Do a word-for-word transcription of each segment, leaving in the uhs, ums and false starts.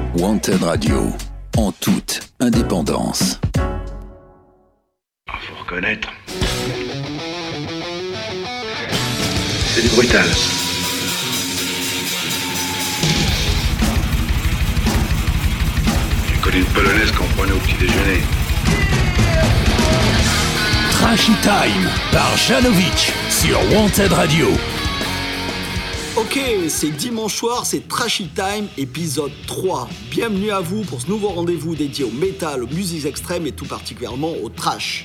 Wanted Radio, en toute indépendance. Faut reconnaître. C'est du brutal. J'ai connu une polonaise qu'on prenait au petit déjeuner. Trashy Time par Janovic sur Wanted Radio. Ok, c'est dimanche soir, c'est Trashy Time, épisode trois. Bienvenue à vous pour ce nouveau rendez-vous dédié au métal, aux musiques extrêmes et tout particulièrement au trash.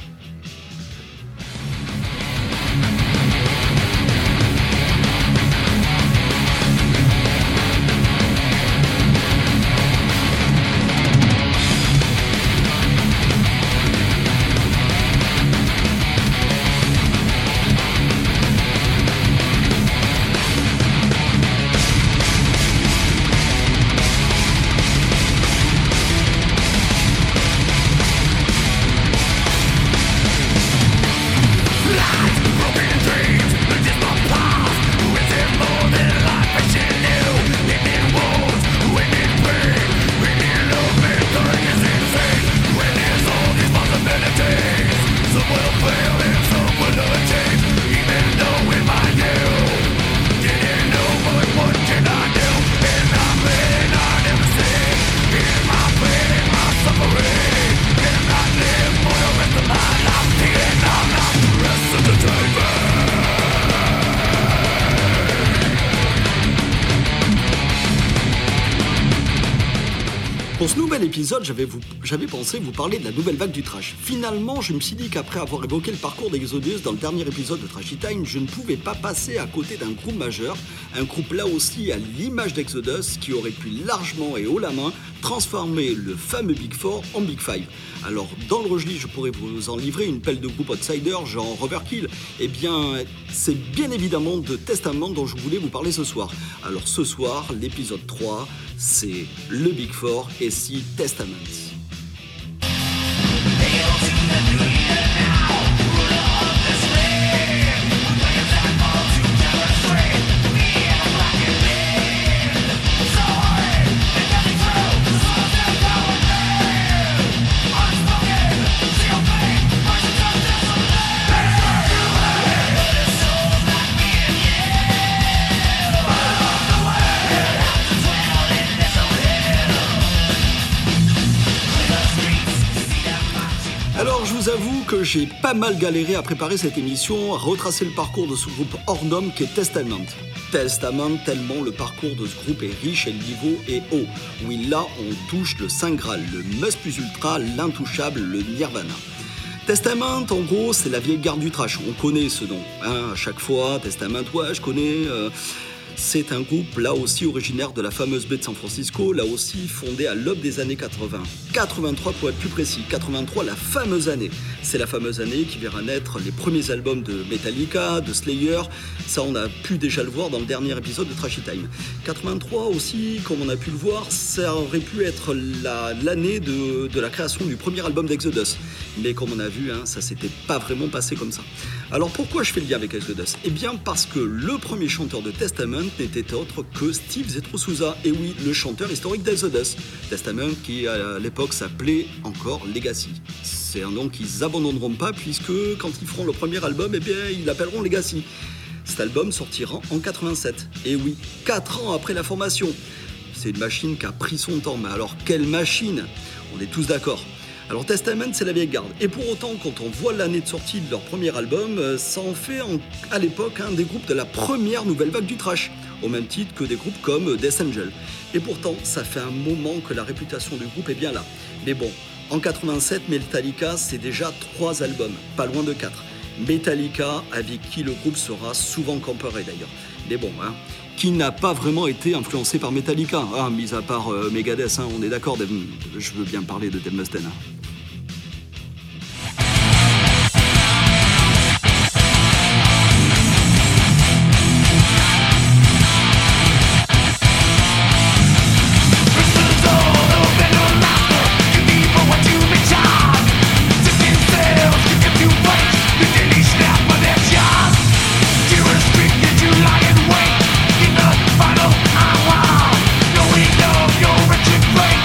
Pour ce nouvel épisode, j'avais, vous, j'avais pensé vous parler de la nouvelle vague du trash. Finalement, je me suis dit qu'après avoir évoqué le parcours d'Exodus dans le dernier épisode de Trashy Time, je ne pouvais pas passer à côté d'un groupe majeur, un groupe là aussi à l'image d'Exodus qui aurait pu largement et haut la main transformer le fameux Big Four en Big Five. Alors, dans le registre, je pourrais vous en livrer une pelle de groupes outsiders genre Overkill. Eh bien, c'est bien évidemment de Testament dont je voulais vous parler ce soir. Alors ce soir, l'épisode trois, c'est le Big Four et si Testament. Alors je vous avoue que j'ai pas mal galéré à préparer cette émission, à retracer le parcours de ce groupe hors norme qui est Testament. Testament, tellement le parcours de ce groupe est riche et le niveau est haut. Oui, là on touche le Saint Graal, le must plus ultra, l'intouchable, le Nirvana. Testament, en gros, c'est la vieille garde du trash, on connaît ce nom. Hein, à chaque fois, Testament, ouais, je connais... Euh... C'est un groupe, là aussi, originaire de la fameuse baie de San Francisco, là aussi fondé à l'aube des années quatre-vingts. quatre-vingt-trois pour être plus précis, quatre-vingt-trois, la fameuse année. C'est la fameuse année qui verra naître les premiers albums de Metallica, de Slayer. Ça, on a pu déjà le voir dans le dernier épisode de Trashy Time. quatre-vingt-trois aussi, comme on a pu le voir, ça aurait pu être la, l'année de, de la création du premier album d'Exodus. Mais comme on a vu, hein, ça s'était pas vraiment passé comme ça. Alors pourquoi je fais le lien avec Exodus ? Eh bien parce que le premier chanteur de Testament n'était autre que Steve Zetro Souza, et oui, le chanteur historique d'Exodus. Testament qui à l'époque s'appelait encore Legacy. C'est un nom qu'ils abandonneront pas puisque quand ils feront le premier album, eh bien ils l'appelleront Legacy. Cet album sortira en quatre-vingt-sept, et oui, quatre ans après la formation. C'est une machine qui a pris son temps, mais alors quelle machine ? On est tous d'accord. Alors Testament, c'est la vieille garde. Et pour autant, quand on voit l'année de sortie de leur premier album, ça en fait en, à l'époque un des groupes de la première nouvelle vague du trash, au même titre que des groupes comme Death Angel. Et pourtant, ça fait un moment que la réputation du groupe est bien là. Mais bon, en quatre-vingt-sept, Metallica, c'est déjà trois albums, pas loin de quatre. Metallica, avec qui le groupe sera souvent comparé d'ailleurs. Mais bon, hein, qui n'a pas vraiment été influencé par Metallica, hein, mis à part euh, Megadeth, hein, on est d'accord, Dave, je veux bien parler de Dave Mustaine. Hein. Final hour, knowing of your wretched fate.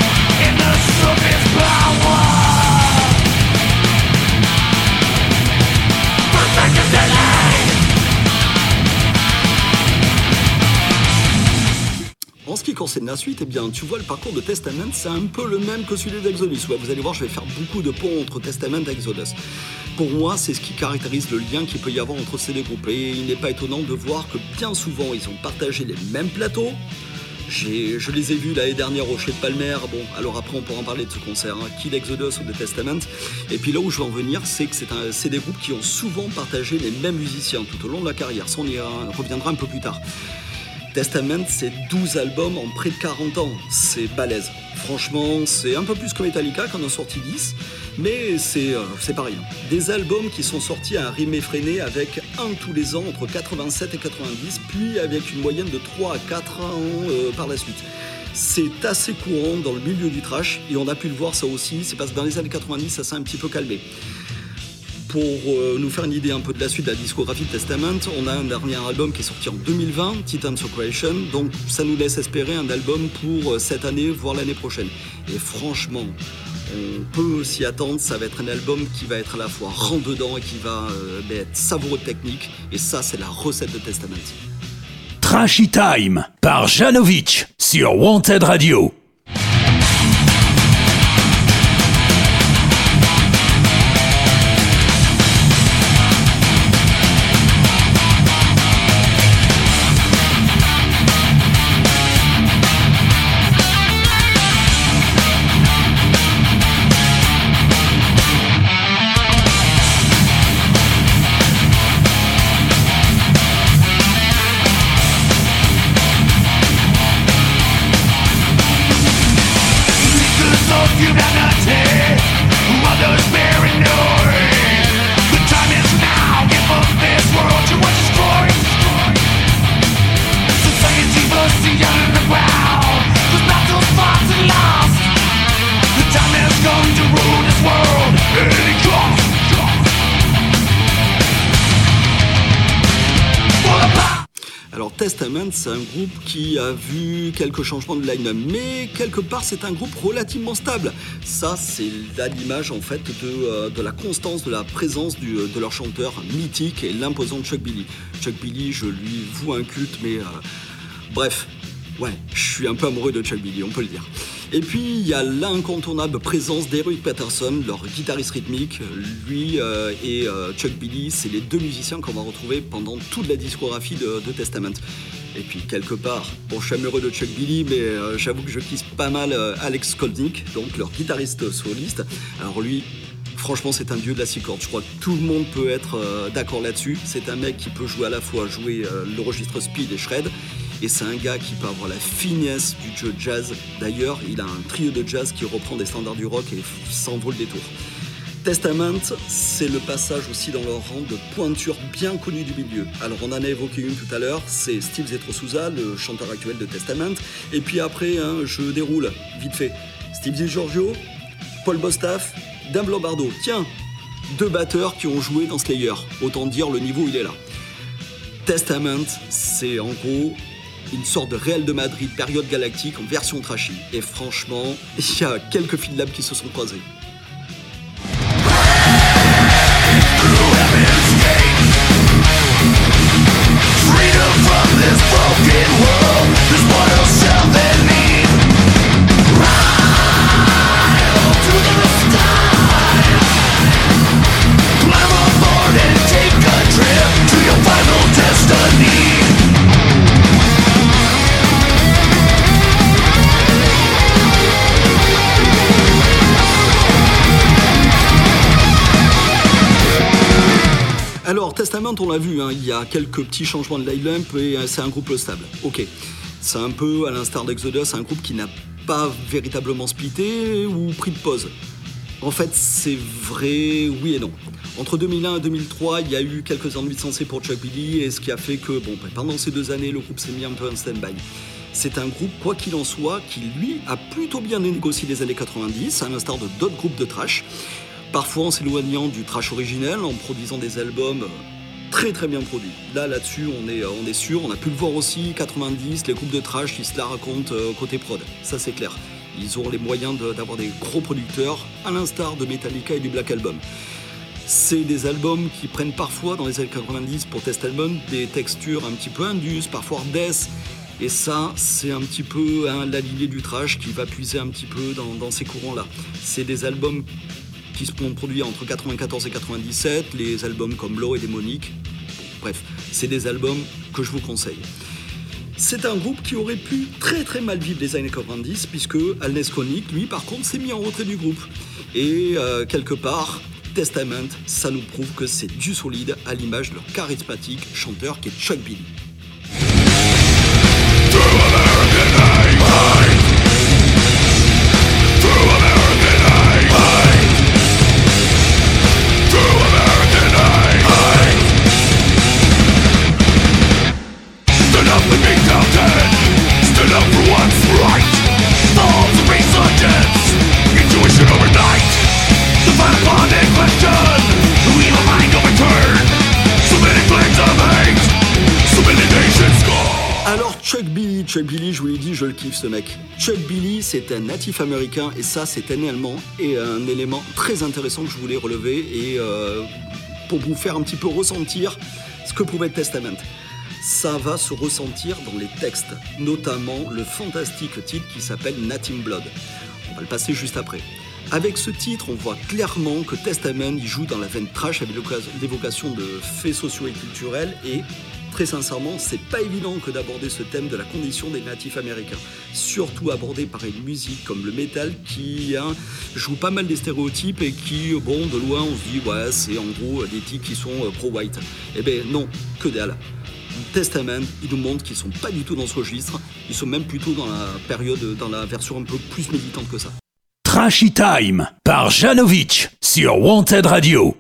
lancer la suite, eh bien, tu vois, le parcours de Testament, c'est un peu le même que celui d'Exodus. Ouais, vous allez voir, je vais faire beaucoup de ponts entre Testament et Exodus. Pour moi, c'est ce qui caractérise le lien qu'il peut y avoir entre ces deux groupes. Et il n'est pas étonnant de voir que bien souvent, ils ont partagé les mêmes plateaux. J'ai, je les ai vus l'année dernière au Chez Palmer. Bon, alors après, on pourra en parler de ce concert, hein, qui d'Exodus ou de Testament. Et puis là où je veux en venir, c'est que c'est, un, c'est des groupes qui ont souvent partagé les mêmes musiciens tout au long de la carrière. Ça, on y reviendra un peu plus tard. Testament, c'est douze albums en près de quarante ans. C'est balèze. Franchement, c'est un peu plus que Metallica qui en a sorti dix, mais c'est, euh, c'est pas rien. Des albums qui sont sortis à un rythme effréné avec un tous les ans entre quatre-vingt-sept et quatre-vingt-dix, puis avec une moyenne de trois à quatre ans euh, par la suite. C'est assez courant dans le milieu du thrash, et on a pu le voir ça aussi, c'est parce que dans les années quatre-vingt-dix, ça s'est un petit peu calmé. Pour euh, nous faire une idée un peu de la suite de la discographie de Testament, on a un dernier album qui est sorti en deux mille vingt, Titans of Creation, donc ça nous laisse espérer un album pour euh, cette année, voire l'année prochaine. Et franchement, on peut s'y attendre, ça va être un album qui va être à la fois rentre-dedans et qui va euh, être savoureux de technique, et ça c'est la recette de Testament. Trashy Time par Janovic sur Wanted Radio. Alors Testament, c'est un groupe qui a vu quelques changements de line-up, mais quelque part c'est un groupe relativement stable. Ça, c'est là l'image en fait de, euh, de la constance, de la présence du, de leur chanteur mythique et l'imposant Chuck Billy. Chuck Billy, je lui voue un culte, mais euh, bref, ouais, je suis un peu amoureux de Chuck Billy, on peut le dire. Et puis il y a l'incontournable présence d'Eric Peterson, leur guitariste rythmique. Lui euh, et euh, Chuck Billy, c'est les deux musiciens qu'on va retrouver pendant toute la discographie de, de Testament. Et puis quelque part, bon, je suis amoureux de Chuck Billy, mais euh, j'avoue que je kiffe pas mal euh, Alex Skolnick, donc leur guitariste soliste. Alors lui, franchement, c'est un dieu de la six cordes. Je crois que tout le monde peut être euh, d'accord là-dessus. C'est un mec qui peut jouer à la fois jouer euh, le registre speed et shred. Et c'est un gars qui peut avoir la finesse du jeu jazz. D'ailleurs, il a un trio de jazz qui reprend des standards du rock et s'en vaut le détour. Testament, c'est le passage aussi dans leur rang de pointure bien connue du milieu. Alors on en a évoqué une tout à l'heure, c'est Steve Zetro Souza, le chanteur actuel de Testament. Et puis après, hein, je déroule vite fait. Steve DiGiorgio, Paul Bostaph, Dave Lombardo. Tiens, deux batteurs qui ont joué dans Slayer. Autant dire le niveau, il est là. Testament, c'est en gros une sorte de Real de Madrid période galactique en version trashy. Et franchement, il y a quelques feedlabs qui se sont croisés. Alors, Testament, on l'a vu, hein, il y a quelques petits changements de line-up et c'est un groupe stable. Ok, c'est un peu, à l'instar d'Exodus, un groupe qui n'a pas véritablement splitté ou pris de pause. En fait, c'est vrai, oui et non. Entre deux mille un et deux mille trois, il y a eu quelques ennuis de sensé pour Chuck Billy, et ce qui a fait que, bon, pendant ces deux années, le groupe s'est mis un peu en stand-by. C'est un groupe, quoi qu'il en soit, qui, lui, a plutôt bien négocié les années quatre-vingt-dix, à l'instar de d'autres groupes de thrash. Parfois en s'éloignant du thrash originel, en produisant des albums très très bien produits. Là, là-dessus, on est, on est sûr. On a pu le voir aussi, quatre-vingt-dix, les groupes de thrash qui se la racontent euh, côté prod. Ça, c'est clair. Ils ont les moyens de, d'avoir des gros producteurs, à l'instar de Metallica et du Black Album. C'est des albums qui prennent parfois, dans les années quatre-vingt-dix, pour Testament, des textures un petit peu indus, parfois death. Et ça, c'est un petit peu hein, la lignée du thrash qui va puiser un petit peu dans, dans ces courants-là. C'est des albums qui se sont produits entre quatre-vingt-quatorze et quatre-vingt-dix-sept, les albums comme Low et Démonique. Bref, c'est des albums que je vous conseille. C'est un groupe qui aurait pu très très mal vivre les années quatre-vingt-dix, puisque Al Neskonik, lui, par contre, s'est mis en retrait du groupe. Et euh, quelque part, Testament, ça nous prouve que c'est du solide à l'image de leur charismatique chanteur qui est Chuck Billy. Alors Chuck Billy, Chuck Billy, je vous l'ai dit, je le kiffe ce mec. Chuck Billy, c'est un natif américain et ça, c'est un élément et un élément très intéressant que je voulais relever et euh, pour vous faire un petit peu ressentir ce que pouvait être Testament. Ça va se ressentir dans les textes, notamment le fantastique titre qui s'appelle Nothing Blood. On va le passer juste après. Avec ce titre, on voit clairement que Testament il joue dans la veine trash avec l'évocation de faits sociaux et culturels et très sincèrement, c'est pas évident que d'aborder ce thème de la condition des natifs américains. Surtout abordé par une musique comme le metal qui hein, joue pas mal des stéréotypes et qui, bon, de loin, on se dit, ouais, c'est en gros des types qui sont euh, pro-white. Eh ben non, que dalle. Testament, ils nous montrent qu'ils sont pas du tout dans ce registre. Ils sont même plutôt dans la période, dans la version un peu plus militante que ça. Trashy Time par Janovic sur Wanted Radio.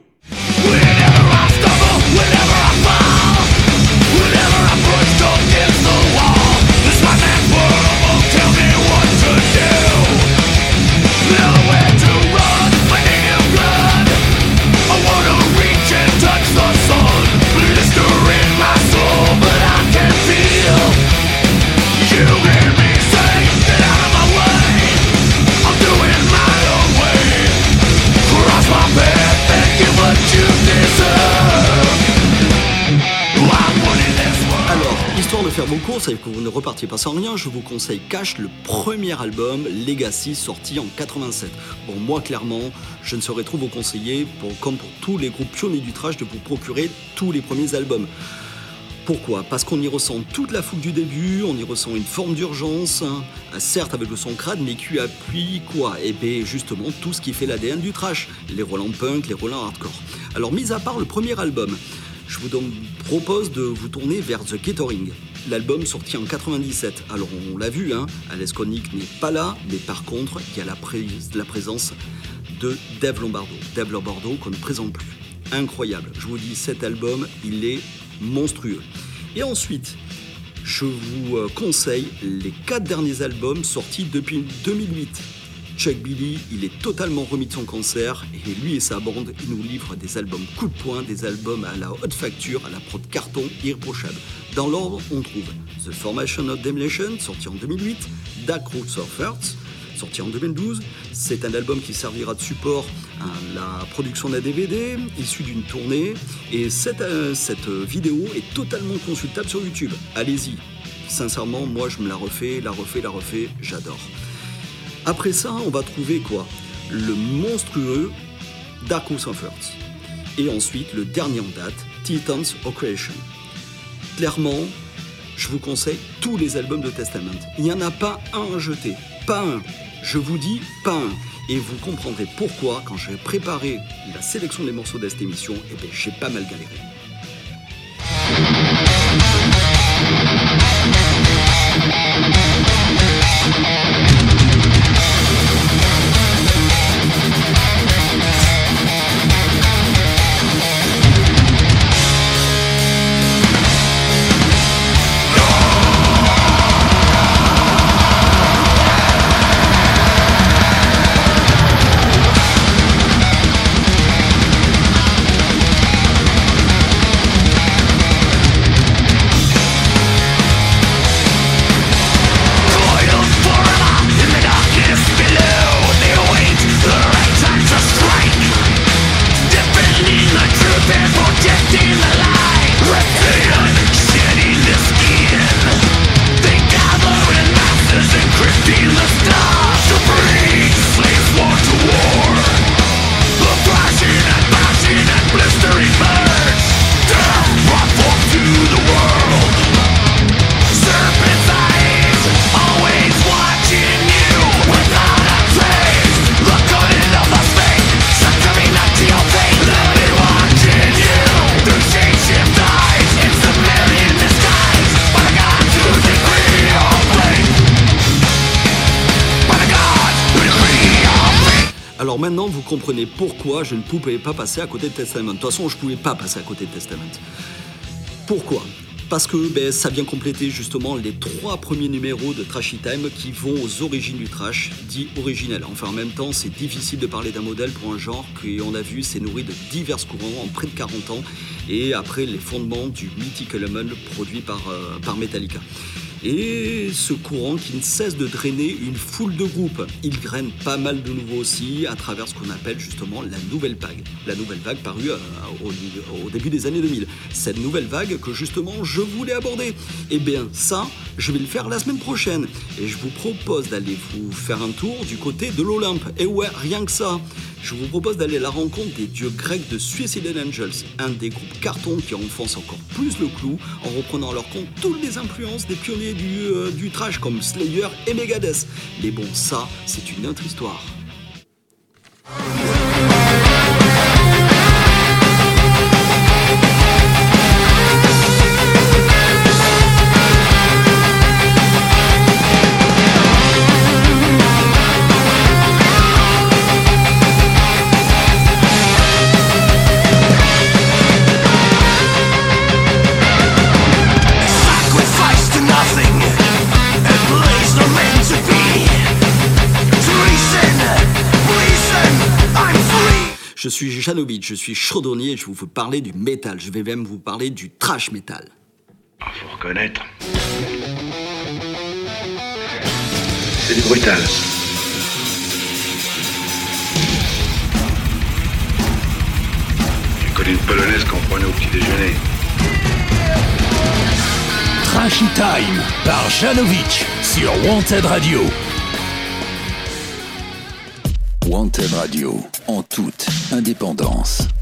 Faire vos courses et que vous ne repartiez pas sans rien, je vous conseille Cash, le premier album Legacy sorti en quatre-vingt-sept. Bon, moi clairement, je ne saurais trop vous conseiller, pour, comme pour tous les groupes pionniers du thrash, de vous procurer tous les premiers albums. Pourquoi ? Parce qu'on y ressent toute la foule du début, on y ressent une forme d'urgence, hein, certes avec le son crade, mais qui appuie quoi ? Et bien justement tout ce qui fait l'A D N du thrash, les Roland punk, les Roland hardcore. Alors mis à part le premier album, je vous donc propose de vous tourner vers The Gathering, l'album sorti en quatre-vingt-dix-sept. Alors on l'a vu, hein, Al Neskonik n'est pas là, mais par contre il y a la, pré- la présence de Dave Lombardo. Dave Lombardo qu'on ne présente plus. Incroyable, je vous dis, cet album, il est monstrueux. Et ensuite, je vous conseille les quatre derniers albums sortis depuis deux mille huit. Chuck Billy, il est totalement remis de son cancer et lui et sa bande, ils nous livrent des albums coup de poing, des albums à la haute facture, à la prod carton irréprochable. Dans l'ordre, on trouve The Formation of Demolition, sorti en deux mille huit, Dark Roots of Earth, sorti en deux mille douze. C'est un album qui servira de support à la production d'un D V D, issu d'une tournée. Et cette, euh, cette vidéo est totalement consultable sur YouTube. Allez-y. Sincèrement, moi je me la refais, la refais, la refais, j'adore. Après ça, on va trouver quoi ? Le monstrueux Dark Roots of Earth. Et ensuite, le dernier en date, Titans of Creation. Clairement, je vous conseille tous les albums de Testament. Il n'y en a pas un à jeter. Pas un. Je vous dis pas un. Et vous comprendrez pourquoi, quand j'ai préparé la sélection des morceaux de cette émission, eh bien, j'ai pas mal galéré. Alors maintenant, vous comprenez pourquoi je ne pouvais pas passer à côté de Testament. De toute façon, je ne pouvais pas passer à côté de Testament. Pourquoi ? Parce que ben, ça vient compléter justement les trois premiers numéros de Trashy Time qui vont aux origines du trash, dit originel. Enfin, en même temps, c'est difficile de parler d'un modèle pour un genre qui, on l'a vu, s'est nourri de divers courants en près de quarante ans et après les fondements du Mythic Element produit par, euh, par Metallica. Et ce courant qui ne cesse de drainer une foule de groupes. Il graine pas mal de nouveaux aussi à travers ce qu'on appelle justement la nouvelle vague. La nouvelle vague parue euh, au, au début des années deux mille. Cette nouvelle vague que justement je voulais aborder. Et bien ça, je vais le faire la semaine prochaine. Et je vous propose d'aller vous faire un tour du côté de l'Olympe. Et ouais, rien que ça. Je vous propose d'aller à la rencontre des dieux grecs de Suicidal Angels, un des groupes cartons qui enfonce encore plus le clou en reprenant à leur compte toutes les influences des pionniers du, euh, du trash comme Slayer et Megadeth. Mais bon, ça, c'est une autre histoire. Je suis Janovic, je suis chaudronnier et je vais vous parler du métal. Je vais même vous parler du trash metal. Ah, faut reconnaître. C'est du brutal. J'ai connu une polonaise qu'on prenait au petit déjeuner. Trashy Time par Janovic sur Wanted Radio. Wanted Radio, en toute indépendance.